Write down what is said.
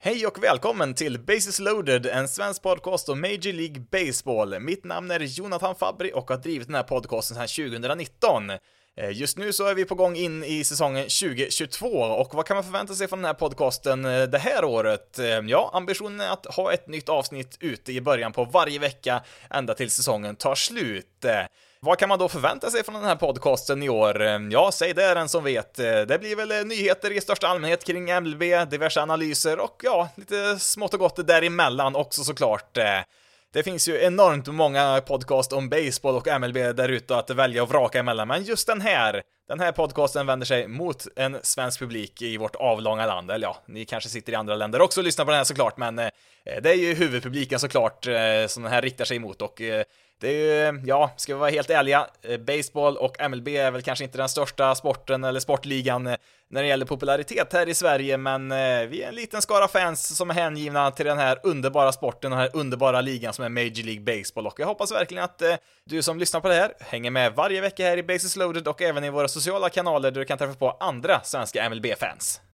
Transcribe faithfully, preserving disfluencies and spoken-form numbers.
Hej och välkommen till Bases Loaded, en svensk podcast om Major League Baseball. Mitt namn är Jonathan Fabri och har drivit den här podcasten sedan tjugonitton. Just nu så är vi på gång in i säsongen tjugohundratjugotvå, och vad kan man förvänta sig från den här podcasten det här året? Ja, ambitionen är att ha ett nytt avsnitt ute i början på varje vecka ända till säsongen tar slut. Vad kan man då förvänta sig från den här podcasten i år? Ja, säg det är den som vet. Det blir väl nyheter i största allmänhet kring M L B, diverse analyser och ja, lite smått och gott däremellan också såklart. Det finns ju enormt många podcast om baseball och M L B där ute att välja och vraka emellan, men just den här, den här podcasten vänder sig mot en svensk publik i vårt avlånga land. Eller ja, ni kanske sitter i andra länder också och lyssnar på den här såklart, men det är ju huvudpubliken såklart som den här riktar sig emot. Och det är ju, ja, ska vi vara helt ärliga, baseball och M L B är väl kanske inte den största sporten eller sportligan när det gäller popularitet här i Sverige, men vi är en liten skara fans som är hängivna till den här underbara sporten och den här underbara ligan som är Major League Baseball. Och jag hoppas verkligen att du som lyssnar på det här hänger med varje vecka här i Bases Loaded och även i våra sociala kanaler där du kan träffa på andra svenska M L B-fans.